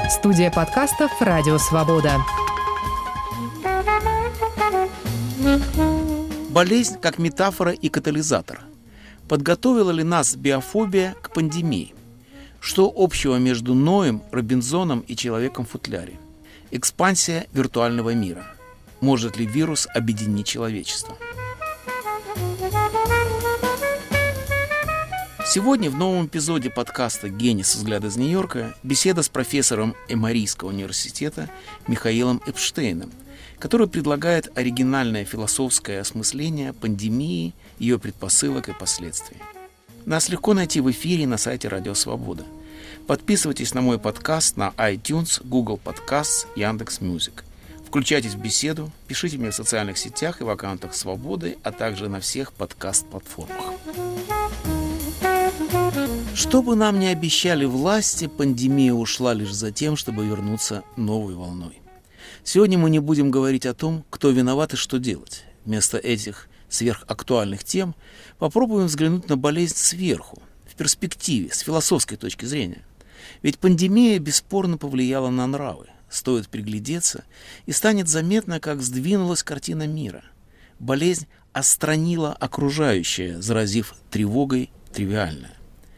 Студия подкастов «Радио Свобода». Болезнь как метафора и катализатор. Подготовила ли нас биофобия к пандемии? Что общего между Ноем, Робинзоном и человеком в футляре? Экспансия виртуального мира. Может ли вирус объединить человечество? Сегодня в новом эпизоде подкаста «Гений со взгляда из Нью-Йорка» беседа с профессором Эморийского университета Михаилом Эпштейном, который предлагает оригинальное философское осмысление пандемии, ее предпосылок и последствий. Нас легко найти в эфире на сайте Радио Свобода. Подписывайтесь на мой подкаст на iTunes, Google Podcasts, Яндекс.Мьюзик. Включайтесь в беседу, пишите мне в социальных сетях и в аккаунтах Свободы, а также на всех подкаст-платформах. Что бы нам ни обещали власти, пандемия ушла лишь за тем, чтобы вернуться новой волной. Сегодня мы не будем говорить о том, кто виноват и что делать. Вместо этих сверхактуальных тем попробуем взглянуть на болезнь сверху, в перспективе, с философской точки зрения. Ведь пандемия бесспорно повлияла на нравы. Стоит приглядеться, и станет заметно, как сдвинулась картина мира. Болезнь отстранила окружающее, заразив тревогой тривиальное.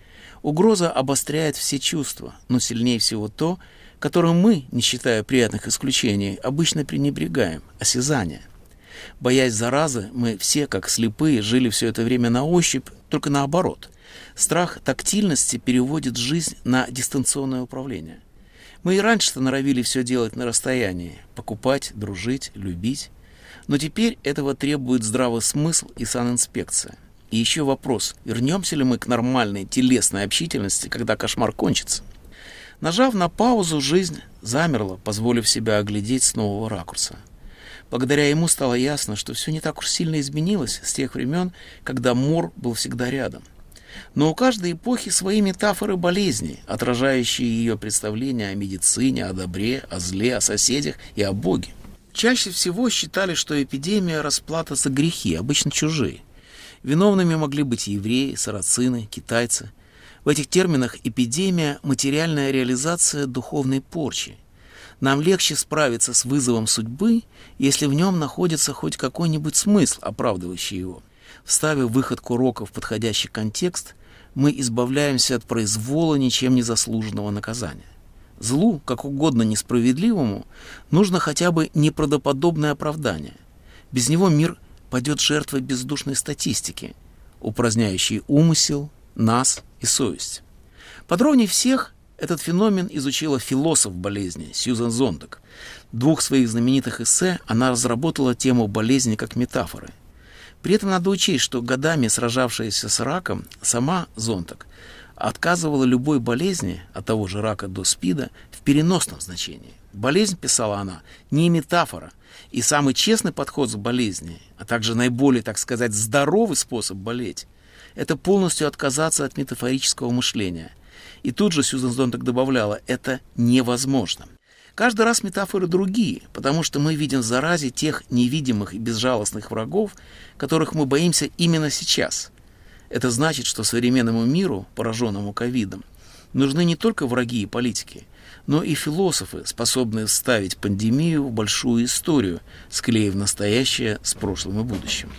Угроза обостряет все чувства, но сильнее всего то, которым мы, не считая приятных исключений, обычно пренебрегаем – осязание. Боясь заразы, мы все, как слепые, жили все это время на ощупь, только наоборот. Страх тактильности переводит жизнь на дистанционное управление. Мы и раньше-то норовили все делать на расстоянии – покупать, дружить, любить. Но теперь этого требует здравый смысл и санинспекция. И еще вопрос, вернемся ли мы к нормальной телесной общительности, когда кошмар кончится? Нажав на паузу, жизнь замерла, позволив себя оглядеть с нового ракурса. Благодаря ему стало ясно, что все не так уж сильно изменилось с тех времен, когда мор был всегда рядом. Но у каждой эпохи свои метафоры болезни, отражающие ее представления о медицине, о добре, о зле, о соседях и о Боге. Чаще всего считали, что эпидемия – расплата за грехи, обычно чужие. Виновными могли быть евреи, сарацины, китайцы. В этих терминах эпидемия – материальная реализация духовной порчи. Нам легче справиться с вызовом судьбы, если в нем находится хоть какой-нибудь смысл, оправдывающий его. Вставив выходку рока в подходящий контекст, мы избавляемся от произвола ничем не заслуженного наказания. Злу, как угодно несправедливому, нужно хотя бы неправдоподобное оправдание. Без него мир падет жертвой бездушной статистики, упраздняющей умысел, нас и совесть. Подробнее всех этот феномен изучила философ болезни Сьюзан Зонтаг. В двух своих знаменитых эссе она разработала тему болезни как метафоры. При этом надо учесть, что годами сражавшаяся с раком сама Зонтаг отказывала любой болезни, от того же рака до СПИДа, в переносном значении. Болезнь, писала она, не метафора, и самый честный подход к болезни, а также наиболее, так сказать, здоровый способ болеть, это полностью отказаться от метафорического мышления. И тут же Сьюзан Зонтаг добавляла, это невозможно. Каждый раз метафоры другие, потому что мы видим в заразе тех невидимых и безжалостных врагов, которых мы боимся именно сейчас. Это значит, что современному миру, пораженному ковидом, нужны не только враги и политики, но и философы, способные вставить пандемию в большую историю, склеив настоящее с прошлым и будущим.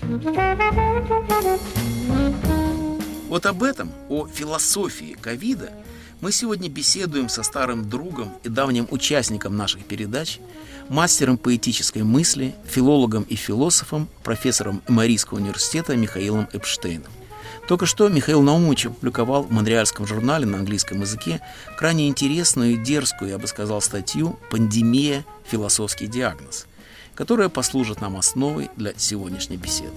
Вот об этом, о философии ковида, мы сегодня беседуем со старым другом и давним участником наших передач, мастером поэтической мысли, филологом и философом, профессором Эморийского университета Михаилом Эпштейном. Только что Михаил Наумович опубликовал в Монреальском журнале на английском языке крайне интересную и дерзкую, я бы сказал, статью «Пандемия. Философский диагноз», которая послужит нам основой для сегодняшней беседы.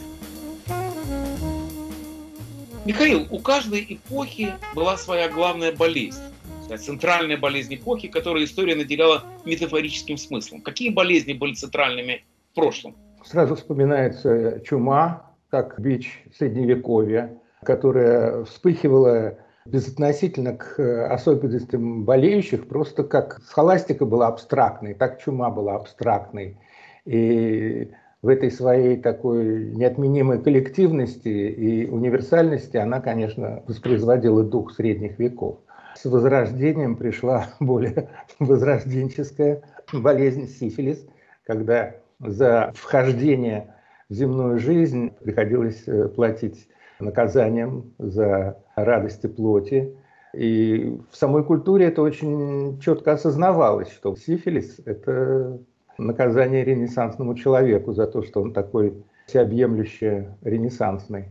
Михаил, у каждой эпохи была своя главная болезнь, центральная болезнь эпохи, которую история наделяла метафорическим смыслом. Какие болезни были центральными в прошлом? Сразу вспоминается чума, как бич средневековья, которая вспыхивала безотносительно к особенностям болеющих, просто как схоластика была абстрактной, так чума была абстрактной. И в этой своей такой неотменимой коллективности и универсальности она, конечно, воспроизводила дух средних веков. с возрождением пришла более возрожденческая болезнь сифилис, когда за вхождение в земную жизнь приходилось платить наказанием за радости плоти. И в самой культуре это очень четко осознавалось, что сифилис – это наказание ренессансному человеку за то, что он такой всеобъемлюще ренессансный.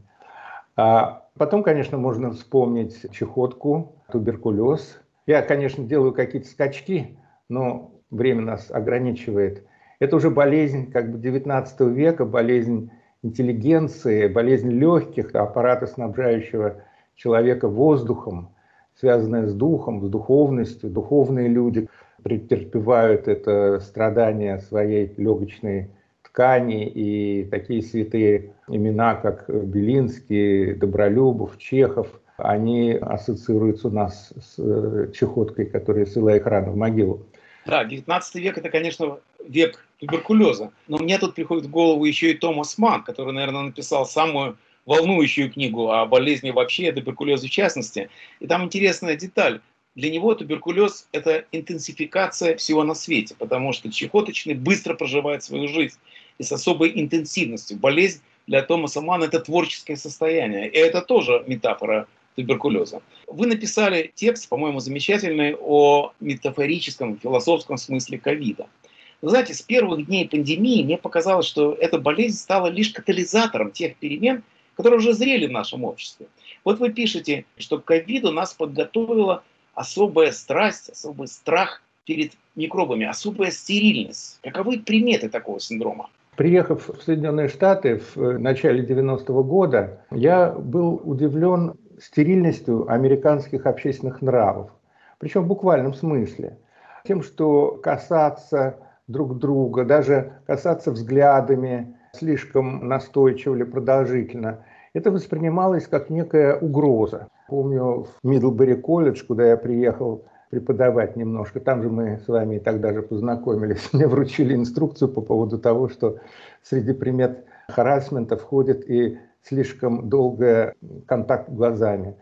А потом, конечно, можно вспомнить чехотку, туберкулез. Я, конечно, делаю какие-то скачки, но время нас ограничивает. Это уже болезнь как бы XIX века, болезнь интеллигенции, болезнь легких, аппарата, снабжающего человека воздухом, связанная с духом, с духовностью. Духовные люди претерпевают это страдание своей легочной ткани, и такие святые имена, как Белинский, Добролюбов, Чехов, они ассоциируются у нас с чехоткой, которая ссыла их рано в могилу. Да, 19 век – это, конечно, век туберкулеза. Но мне тут приходит в голову еще и Томас Манн, который, наверное, написал самую волнующую книгу о болезни вообще, о туберкулезе в частности. И там интересная деталь. Для него туберкулез – это интенсификация всего на свете, потому что чехоточный быстро проживает свою жизнь и с особой интенсивностью. Болезнь для Томаса Манна – это творческое состояние, и это тоже метафора туберкулеза. Вы написали текст, по-моему, замечательный, о метафорическом, философском смысле ковида. Вы знаете, с первых дней пандемии мне показалось, что эта болезнь стала лишь катализатором тех перемен, которые уже зрели в нашем обществе. Вот вы пишете, что к ковиду нас подготовила особая страсть, особый страх перед микробами, особая стерильность. Каковы приметы такого синдрома? Приехав в Соединенные Штаты в начале 90-го года, я был удивлен стерильностью американских общественных нравов. Причем в буквальном смысле. Тем, что касаться друг друга, даже касаться взглядами слишком настойчиво или продолжительно, это воспринималось как некая угроза. Помню, в Мидлбери колледж, куда я приехал преподавать немножко, там же мы с вами и тогда же познакомились, мне вручили инструкцию по поводу того, что среди примет харассмента входит и слишком долгий контакт глазами.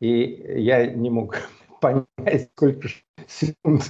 И я не мог понять, сколько секунд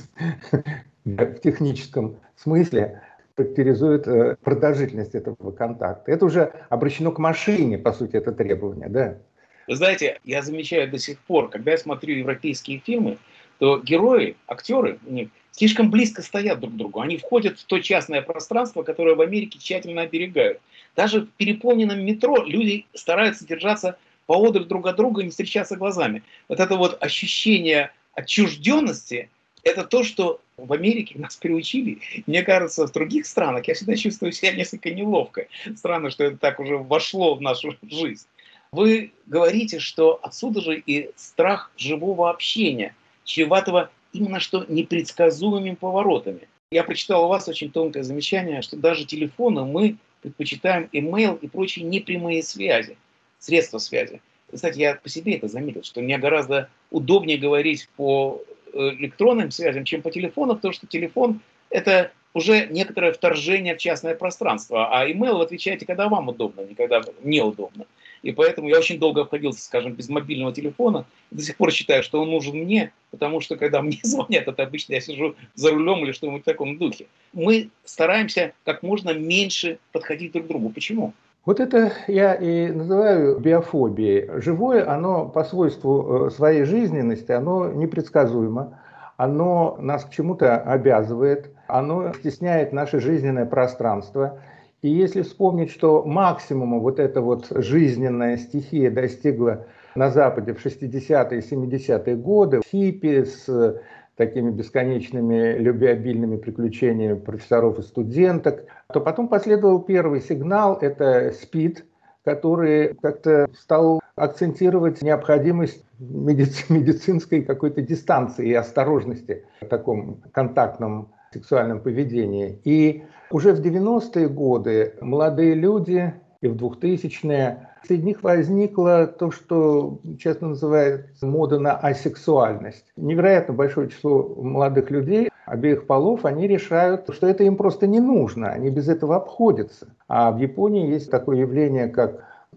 в техническом смысле характеризует продолжительность этого контакта. Это уже обращено к машине, по сути, это требование, да? Вы знаете, я замечаю до сих пор, когда я смотрю европейские фильмы, то герои, актеры у них слишком близко стоят друг к другу. Они входят в то частное пространство, которое в Америке тщательно оберегают. Даже в переполненном метро люди стараются держаться поодаль друг от друга и не встречаться глазами. Вот это вот ощущение отчужденности – это то, что в Америке нас приучили. Мне кажется, в других странах я всегда чувствую себя несколько неловко. Странно, что это так уже вошло в нашу жизнь. Вы говорите, что отсюда же и страх живого общения, чреватого именно что непредсказуемыми поворотами. Я прочитал у вас очень тонкое замечание, что даже телефоны мы предпочитаем имейл и прочие непрямые связи, средства связи. Кстати, я по себе это заметил, что мне гораздо удобнее говорить по электронным связям, чем по телефону, потому что телефон – это уже некоторое вторжение в частное пространство, а имейл вы отвечаете, когда вам удобно, не когда неудобно. И поэтому я очень долго обходился, скажем, без мобильного телефона. До сих пор считаю, что он нужен мне, потому что когда мне звонят, это обычно я сижу за рулем или что-нибудь в таком духе. Мы стараемся как можно меньше подходить друг к другу. Почему? Вот это я и называю биофобией. Живое, оно по свойству своей жизненности, оно непредсказуемо, оно нас к чему-то обязывает, оно стесняет наше жизненное пространство. И если вспомнить, что максимума вот эта вот жизненная стихия достигла на Западе в 60-е и 70-е годы, хиппи с такими бесконечными любвеобильными приключениями профессоров и студенток, то потом последовал первый сигнал, это СПИД, который как-то стал акцентировать необходимость медицинской какой-то дистанции и осторожности в таком контактном сексуальном поведении. И уже в 90-е годы молодые люди и в 2000-е, среди них возникло то, что часто называется мода на асексуальность. Невероятно большое число молодых людей обеих полов, они решают, что это им просто не нужно, они без этого обходятся. А в Японии есть такое явление, как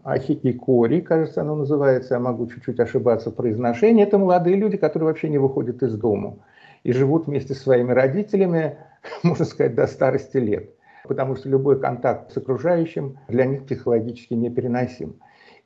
ахикикори, кажется, оно называется, я могу чуть-чуть ошибаться в произношении. Это молодые люди, которые вообще не выходят из дома и живут вместе со своими родителями, можно сказать, до старости лет. Потому что любой контакт с окружающим для них психологически непереносим.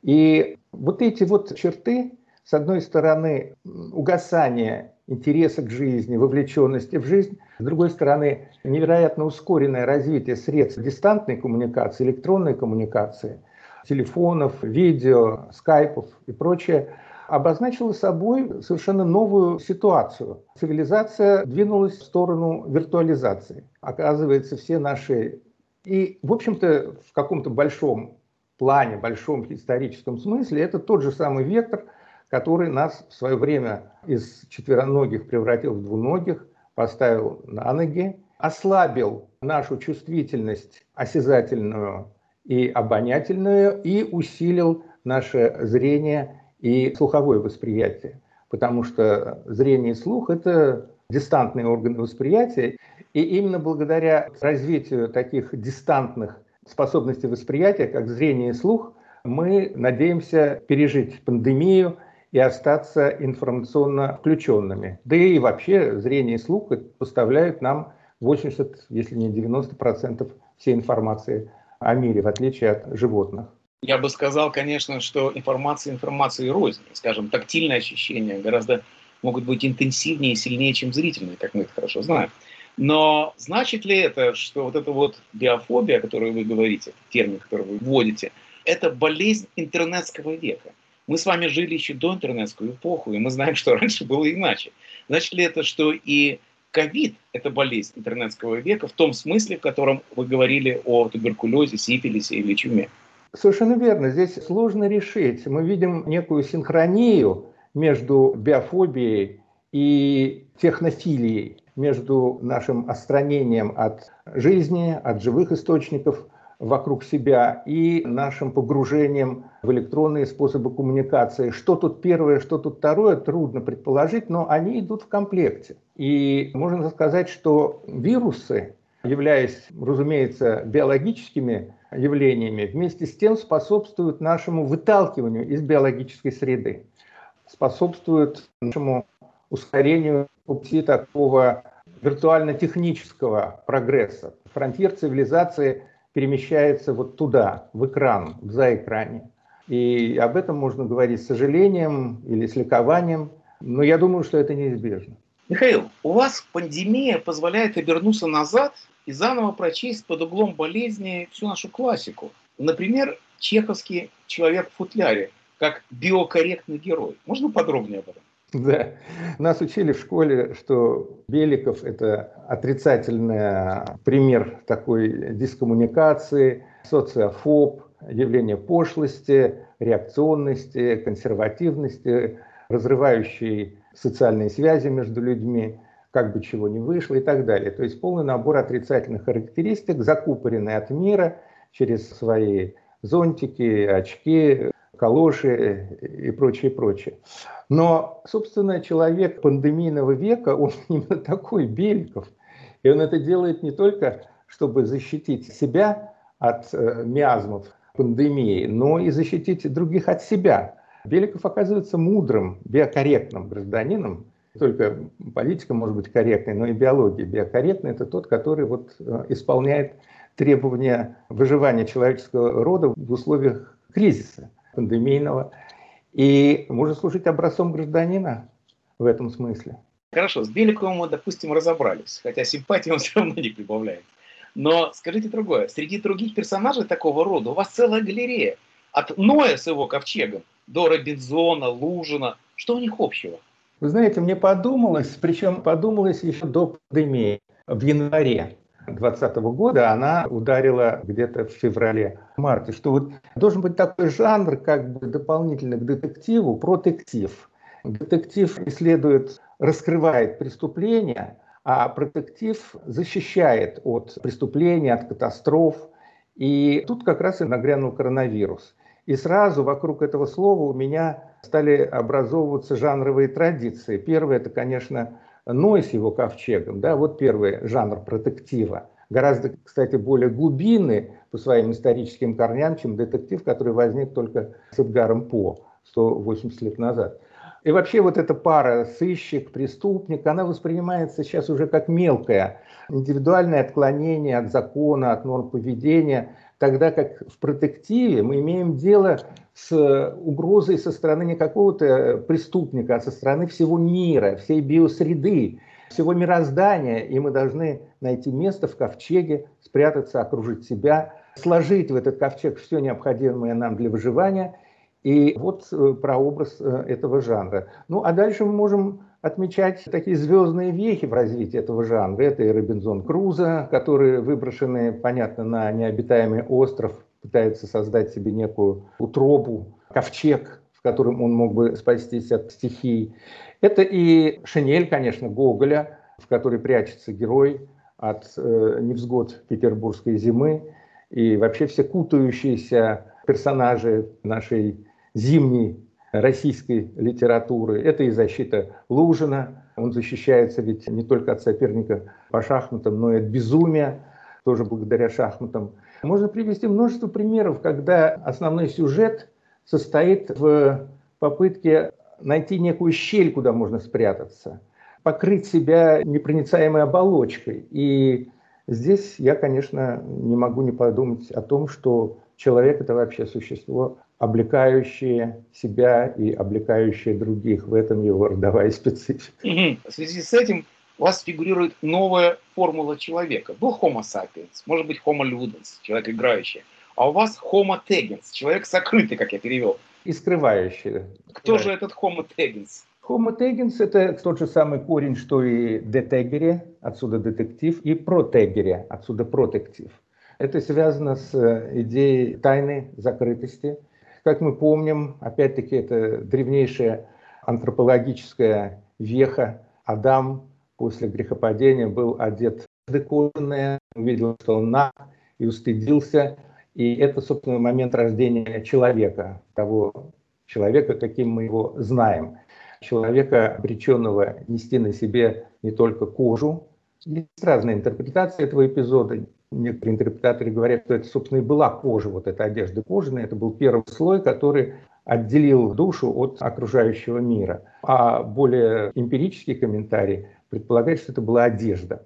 И вот эти вот черты, с одной стороны, угасание интереса к жизни, вовлеченности в жизнь, с другой стороны, невероятно ускоренное развитие средств дистантной коммуникации, электронной коммуникации, телефонов, видео, скайпов и прочее, обозначило собой совершенно новую ситуацию. Цивилизация двинулась в сторону виртуализации. Оказывается, все наши... И, в общем-то, в каком-то большом плане, большом историческом смысле, это тот же самый вектор, который нас в свое время из четвероногих превратил в двуногих, поставил на ноги, ослабил нашу чувствительность осязательную и обонятельную и усилил наше зрение и слуховое восприятие. Потому что зрение и слух – это дистантные органы восприятия. И именно благодаря развитию таких дистантных способностей восприятия, как зрение и слух, мы надеемся пережить пандемию и остаться информационно включенными. Да и вообще зрение и слух поставляют нам 80, если не 90% всей информации о мире, в отличие от животных. Я бы сказал, конечно, что информации рознь. Скажем, тактильные ощущения гораздо могут быть интенсивнее и сильнее, чем зрительные, как мы это хорошо знаем. Но значит ли это, что вот эта вот биофобия, о которой вы говорите, термин, который вы вводите, это болезнь интернетского века? Мы с вами жили еще до интернетскую эпоху, и мы знаем, что раньше было иначе. Значит ли это, что и ковид – это болезнь интернетского века в том смысле, в котором вы говорили о туберкулезе, сифилисе или чуме? Совершенно верно. Здесь сложно решить. Мы видим некую синхронию между биофобией и технофилией, между нашим отстранением от жизни, от живых источников вокруг себя и нашим погружением в электронные способы коммуникации. Что тут первое, что тут второе, трудно предположить, но они идут в комплекте. И можно сказать, что вирусы, являясь, разумеется, биологическими явлениями, вместе с тем способствуют нашему выталкиванию из биологической среды, способствуют нашему ускорению пути такого виртуально-технического прогресса. Фронтир цивилизации перемещается вот туда, в экран, в заэкране. И об этом можно говорить с сожалением или с ликованием, но я думаю, что это неизбежно. Михаил, у вас пандемия позволяет обернуться назад и заново прочесть под углом болезни всю нашу классику. Например, чеховский «Человек в футляре» как биокорректный герой. Можно подробнее об этом? Да. Нас учили в школе, что Беликов – это отрицательный пример такой дискоммуникации, социофоб, явление пошлости, реакционности, консервативности, разрывающей социальные связи между людьми, как бы чего ни вышло и так далее. То есть полный набор отрицательных характеристик, закупоренный от мира через свои зонтики, очки, калоши и прочее, прочее. Но, собственно, человек пандемийного века, он именно такой, Беликов. И он это делает не только, чтобы защитить себя от миазмов пандемии, но и защитить других от себя. Беликов оказывается мудрым, биокорректным гражданином. Не только политика может быть корректной, но и биология биокорректная. Это тот, который вот исполняет требования выживания человеческого рода в условиях кризиса пандемийного. И может служить образцом гражданина в этом смысле. Хорошо, с Беликовым мы, допустим, разобрались, хотя симпатии он все равно не прибавляет. Но скажите другое, среди других персонажей такого рода у вас целая галерея. От Ноя с его ковчегом до Робинзона, Лужина. Что у них общего? Вы знаете, мне подумалось, причем подумалось еще до пандемии, в январе 2020 года, она ударила где-то в феврале-марте, что вот должен быть такой жанр, как бы дополнительно к детективу, протектив. Детектив исследует, раскрывает преступления, а протектив защищает от преступлений, от катастроф. И тут как раз и нагрянул коронавирус. И сразу вокруг этого слова у меня стали образовываться жанровые традиции. Первое – это, конечно, Ной с его ковчегом, да, вот первый жанр протектива. гораздо, кстати, более глубинный по своим историческим корням, чем детектив, который возник только с Эдгаром По 180 лет назад. И вообще вот эта пара сыщик, преступник, она воспринимается сейчас уже как мелкое индивидуальное отклонение от закона, от норм поведения, тогда как в детективе мы имеем дело с угрозой со стороны не какого-то преступника, а со стороны всего мира, всей биосреды, всего мироздания, и мы должны найти место в ковчеге, спрятаться, окружить себя, сложить в этот ковчег все необходимое нам для выживания. И вот прообраз этого жанра. Ну, а дальше мы можем отмечать такие звездные вехи в развитии этого жанра. Это и Робинзон Крузо, который, выброшенный, понятно, на необитаемый остров, пытается создать себе некую утробу, ковчег, в котором он мог бы спастись от стихий. Это и Шинель, конечно, Гоголя, в которой прячется герой от невзгод петербургской зимы. И вообще все кутающиеся персонажи нашей зимней российской литературы. Это и защита Лужина. Он защищается ведь не только от соперника по шахматам, но и от безумия, тоже благодаря шахматам. Можно привести множество примеров, когда основной сюжет состоит в попытке найти некую щель, куда можно спрятаться, покрыть себя непроницаемой оболочкой. И здесь я, конечно, не могу не подумать о том, что человек – это вообще существо, облекающее себя и облекающее других. В этом его родовая специфика. В связи с этим у вас фигурирует новая формула человека. Был Homo sapiens, может быть Homo ludens, человек играющий. А у вас Homo tegens, человек сокрытый, как я перевел. И скрывающий. Кто же этот Homo tegens? Homo tegens – это тот же самый корень, что и детегере, отсюда детектив, и протегере, отсюда протектив. Это связано с идеей тайны, закрытости. Как мы помним, опять-таки, это древнейшая антропологическая веха. Адам после грехопадения был одет в кожаное, увидел, что он наг, и устыдился. И это, собственно, момент рождения человека, того человека, каким мы его знаем. Человека, обреченного нести на себе не только кожу. Есть разные интерпретации этого эпизода. Некоторые интерпретаторы говорят, что это, собственно, и была кожа, вот эта одежда кожаная. Это был первый слой, который отделил душу от окружающего мира. А более эмпирический комментарий предполагает, что это была одежда.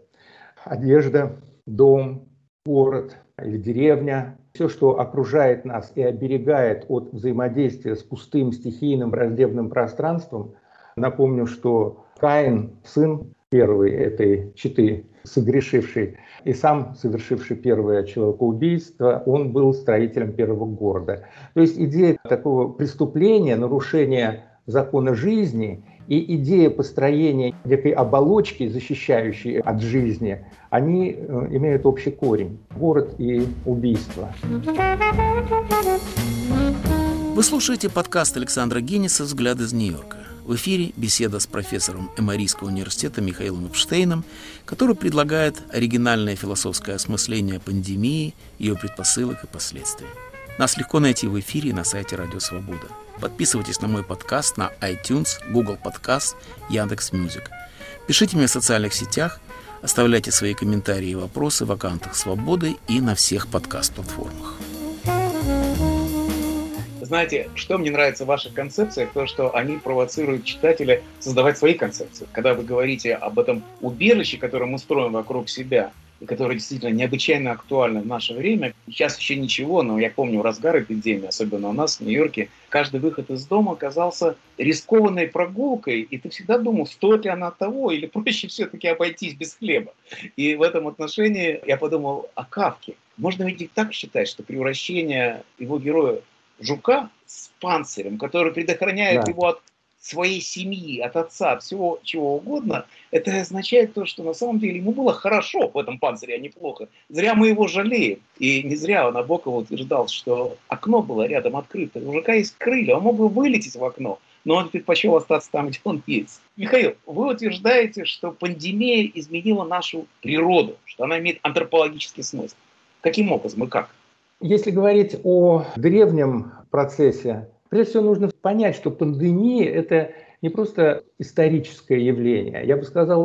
Одежда, дом, город или деревня. Все, что окружает нас и оберегает от взаимодействия с пустым, стихийным, враждебным пространством. Напомню, что Каин, сын первый этой четы, согрешивший и сам совершивший первое человекоубийство, он был строителем первого города. То есть идея такого преступления, нарушения закона жизни и идея построения некой оболочки, защищающей от жизни, они имеют общий корень – город и убийство. Вы слушаете подкаст Александра Генниса «Взгляд из Нью-Йорка». В эфире беседа с профессором Эморийского университета Михаилом Эпштейном, который предлагает оригинальное философское осмысление пандемии, ее предпосылок и последствий. Нас легко найти в эфире и на сайте Радио Свобода. Подписывайтесь на мой подкаст на iTunes, Google Podcast, Яндекс.Мьюзик. Пишите мне в социальных сетях, оставляйте свои комментарии и вопросы в аккаунтах Свободы и на всех подкаст-платформах. Знаете, что мне нравится в ваших концепциях, то, что они провоцируют читателя создавать свои концепции. Когда вы говорите об этом убежище, которое мы строим вокруг себя, и которое действительно необычайно актуально в наше время, сейчас еще ничего, но я помню разгар эпидемии, особенно у нас в Нью-Йорке, каждый выход из дома оказался рискованной прогулкой, и ты всегда думал, стоит ли она того, или проще все-таки обойтись без хлеба. И в этом отношении я подумал о Кафке. Можно ведь и так считать, что превращение его героя жука с панцирем, который предохраняет его от своей семьи, от отца, от всего чего угодно, это означает то, что на самом деле ему было хорошо в этом панцире, а не плохо. Зря мы его жалеем. И не зря Набоков утверждал, что окно было рядом открыто. У жука есть крылья, он мог бы вылететь в окно, но он предпочел остаться там, где он есть. Михаил, вы утверждаете, что пандемия изменила нашу природу, что она имеет антропологический смысл. Каким образом и как? Если говорить о древнем процессе, прежде всего нужно понять, что пандемия – это не просто историческое явление. Я бы сказал,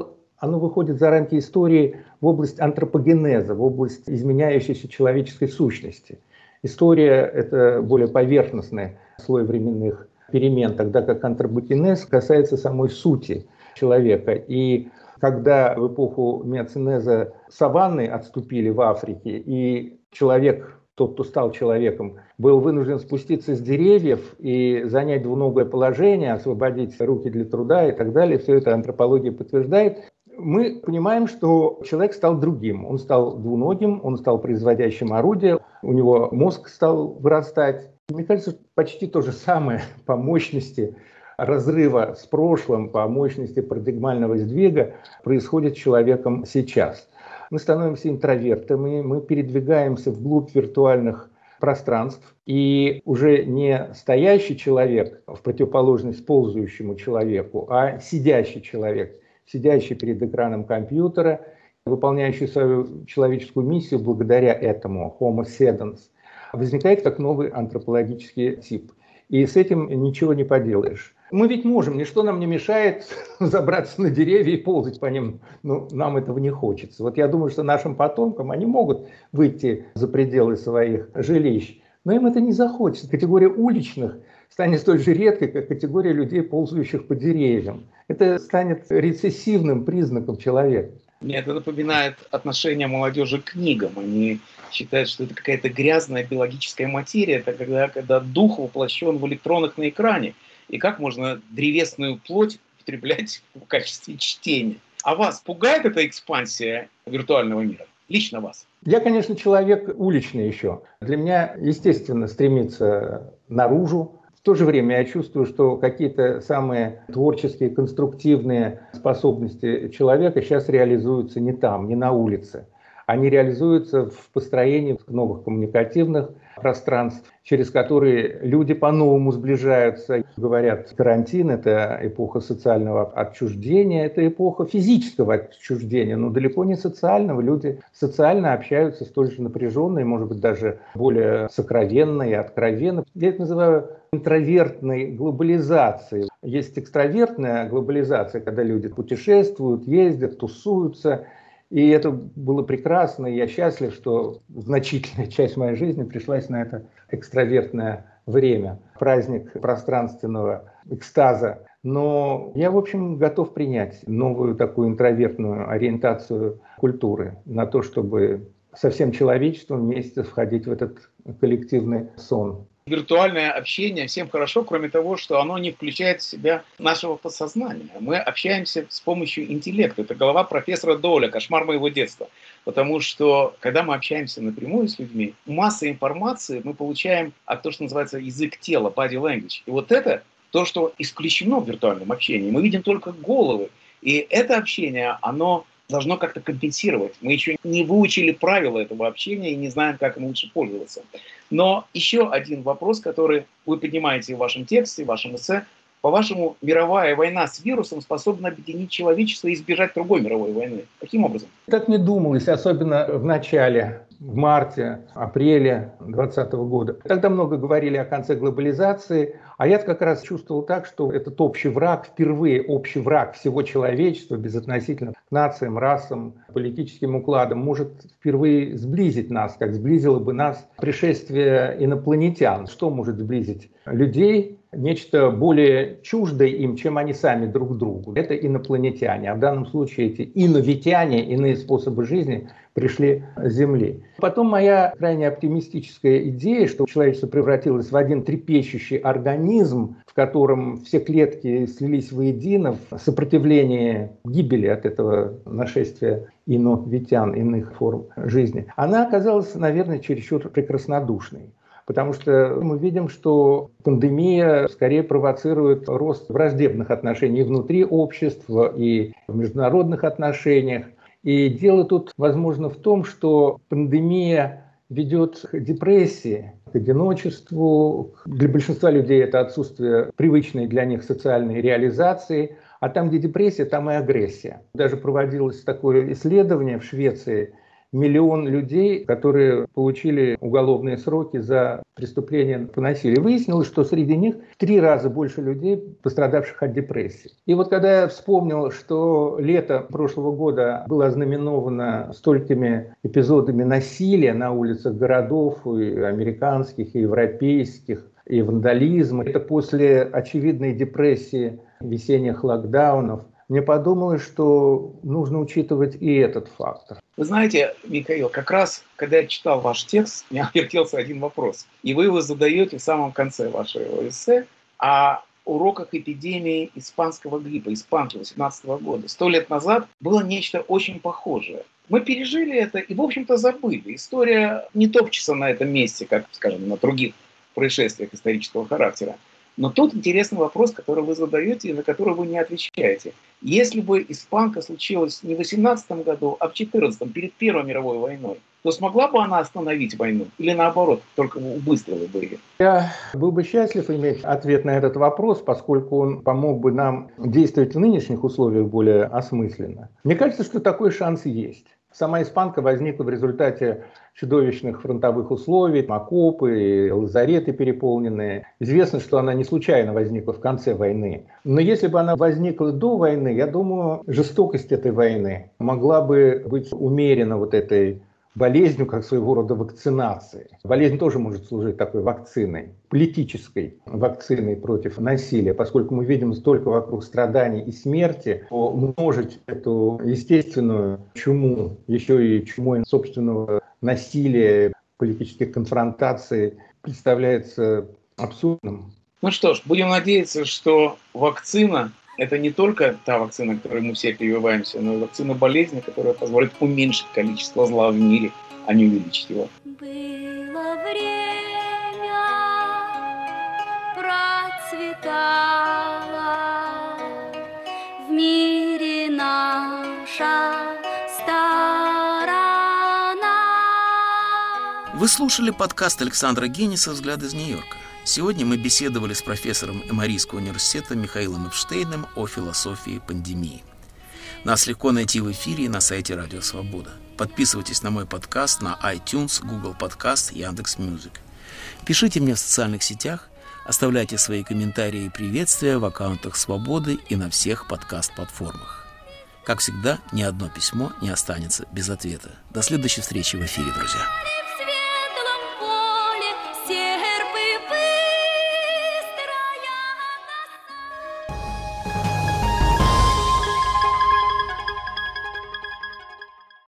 оно выходит за рамки истории в область антропогенеза, в область изменяющейся человеческой сущности. История – это более поверхностный слой временных перемен, тогда как антропогенез касается самой сути человека. И когда в эпоху миоценеза саванны отступили в Африке, и человек, тот, кто стал человеком, был вынужден спуститься с деревьев и занять двуногое положение, освободить руки для труда и так далее, все это антропология подтверждает, мы понимаем, что человек стал другим. Он стал двуногим, он стал производящим орудие, у него мозг стал вырастать. Мне кажется, почти то же самое по мощности разрыва с прошлым, по мощности парадигмального сдвига происходит с человеком сейчас. Мы становимся интровертами, мы передвигаемся вглубь виртуальных пространств, и уже не стоящий человек в противоположность ползающему человеку, а сидящий человек, сидящий перед экраном компьютера, выполняющий свою человеческую миссию благодаря этому, Homo sedens, возникает как новый антропологический тип. И с этим ничего не поделаешь. Мы ведь можем, ничто нам не мешает забраться на деревья и ползать по ним, но нам этого не хочется. Вот я думаю, что нашим потомкам они могут выйти за пределы своих жилищ, но им это не захочется. Категория уличных станет столь же редкой, как категория людей, ползающих по деревьям. Это станет рецессивным признаком человека. Мне это напоминает отношение молодежи к книгам. Они считают, что это какая-то грязная биологическая материя, это когда дух воплощен в электронах на экране. И как можно древесную плоть употреблять в качестве чтения? А вас пугает эта экспансия виртуального мира? Лично вас? Я, конечно, человек уличный еще. Для меня, естественно, стремиться наружу. В то же время я чувствую, что какие-то самые творческие, конструктивные способности человека сейчас реализуются не там, не на улице. Они реализуются в построении новых коммуникативных пространств, через которые люди по-новому сближаются. Говорят, карантин – это эпоха социального отчуждения, это эпоха физического отчуждения, но далеко не социального. Люди социально общаются столь же напряженно и, может быть, даже более сокровенно и откровенно. Я это называю интровертной глобализацией. Есть экстравертная глобализация, когда люди путешествуют, ездят, тусуются. И это было прекрасно, и я счастлив, что значительная часть моей жизни пришлась на это экстравертное время, праздник пространственного экстаза. Но я, в общем, готов принять новую такую интровертную ориентацию культуры на то, чтобы со всем человечеством вместе входить в этот коллективный сон. Виртуальное общение всем хорошо, кроме того, что оно не включает в себя нашего подсознания. Мы общаемся с помощью интеллекта. Это голова профессора Доуля, кошмар моего детства. Потому что, когда мы общаемся напрямую с людьми, масса информации мы получаем от того, что называется язык тела, body language. И вот это то, что исключено в виртуальном общении. Мы видим только головы. И это общение, оно должно как-то компенсировать. Мы еще не выучили правила этого общения и не знаем, как им лучше пользоваться. Но еще один вопрос, который вы поднимаете в вашем тексте, в вашем эссе. По-вашему, мировая война с вирусом способна объединить человечество и избежать другой мировой войны? Каким образом? Так не думалось, особенно в начале, в марте, апреле 2020 года. Тогда много говорили о конце глобализации, а я как раз чувствовал так, что этот общий враг, впервые общий враг всего человечества, безотносительно к нациям, расам, политическим укладам, может впервые сблизить нас, как сблизило бы нас пришествие инопланетян. Что может сблизить людей? Нечто более чуждое им, чем они сами друг другу. Это инопланетяне, а в данном случае эти иновитяне, иные способы жизни пришли с Земли. Потом моя крайне оптимистическая идея, что человечество превратилось в один трепещущий организм, в котором все клетки слились воедино в сопротивлении гибели от этого нашествия иновитян, иных форм жизни, она оказалась, наверное, чересчур прекраснодушной. Потому что мы видим, что пандемия скорее провоцирует рост враждебных отношений внутри обществ и в международных отношениях. И дело тут, возможно, в том, что пандемия ведет к депрессии, к одиночеству. Для большинства людей это отсутствие привычной для них социальной реализации. А там, где депрессия, там и агрессия. Даже проводилось такое исследование в Швеции, миллион людей, которые получили уголовные сроки за преступления по насилию. Выяснилось, что среди них в 3 раза больше людей, пострадавших от депрессии. И вот когда я вспомнил, что лето прошлого года было ознаменовано столькими эпизодами насилия на улицах городов, и американских, и европейских, и вандализма, это после очевидной депрессии, весенних локдаунов, мне подумалось, что нужно учитывать и этот фактор. Вы знаете, Михаил, как раз, когда я читал ваш текст, у меня вертелся один вопрос. И вы его задаете в самом конце вашего эссе о уроках эпидемии испанского гриппа, испанки 18 года. 100 лет назад было нечто очень похожее. Мы пережили это и, в общем-то, забыли. История не топчется на этом месте, как, скажем, на других происшествиях исторического характера. Но тут интересный вопрос, который вы задаете и на который вы не отвечаете. Если бы испанка случилась не в 18 году, а в 14, перед Первой мировой войной, то смогла бы она остановить войну? Или наоборот, только убыстрила бы ее? Я был бы счастлив иметь ответ на этот вопрос, поскольку он помог бы нам действовать в нынешних условиях более осмысленно. Мне кажется, что такой шанс есть. Сама испанка возникла в результате чудовищных фронтовых условий, окопы, лазареты переполненные. Известно, что она не случайно возникла в конце войны. Но если бы она возникла до войны, я думаю, жестокость этой войны могла бы быть умерена вот этой болезнью, как своего рода вакцинацией. Болезнь тоже может служить такой вакциной, политической вакциной против насилия, поскольку мы видим столько вокруг страданий и смерти, то умножить эту естественную чуму, еще и чумой собственного насилия, политических конфронтаций, представляется абсурдным. Ну что ж, будем надеяться, что вакцина — это не только та вакцина, к которой мы все прививаемся, но и вакцина болезни, которая позволит уменьшить количество зла в мире, а не увеличить его. Было время, процветала в мире наша сторона. Вы слушали подкаст Александра Гениса «Взгляд из Нью-Йорка». Сегодня мы беседовали с профессором Эморийского университета Михаилом Эпштейном о философии пандемии. Нас легко найти в эфире и на сайте Радио Свобода. Подписывайтесь на мой подкаст на iTunes, Google Podcast, Яндекс.Мьюзик. Пишите мне в социальных сетях, оставляйте свои комментарии и приветствия в аккаунтах Свободы и на всех подкаст-платформах. Как всегда, ни одно письмо не останется без ответа. До следующей встречи в эфире, друзья.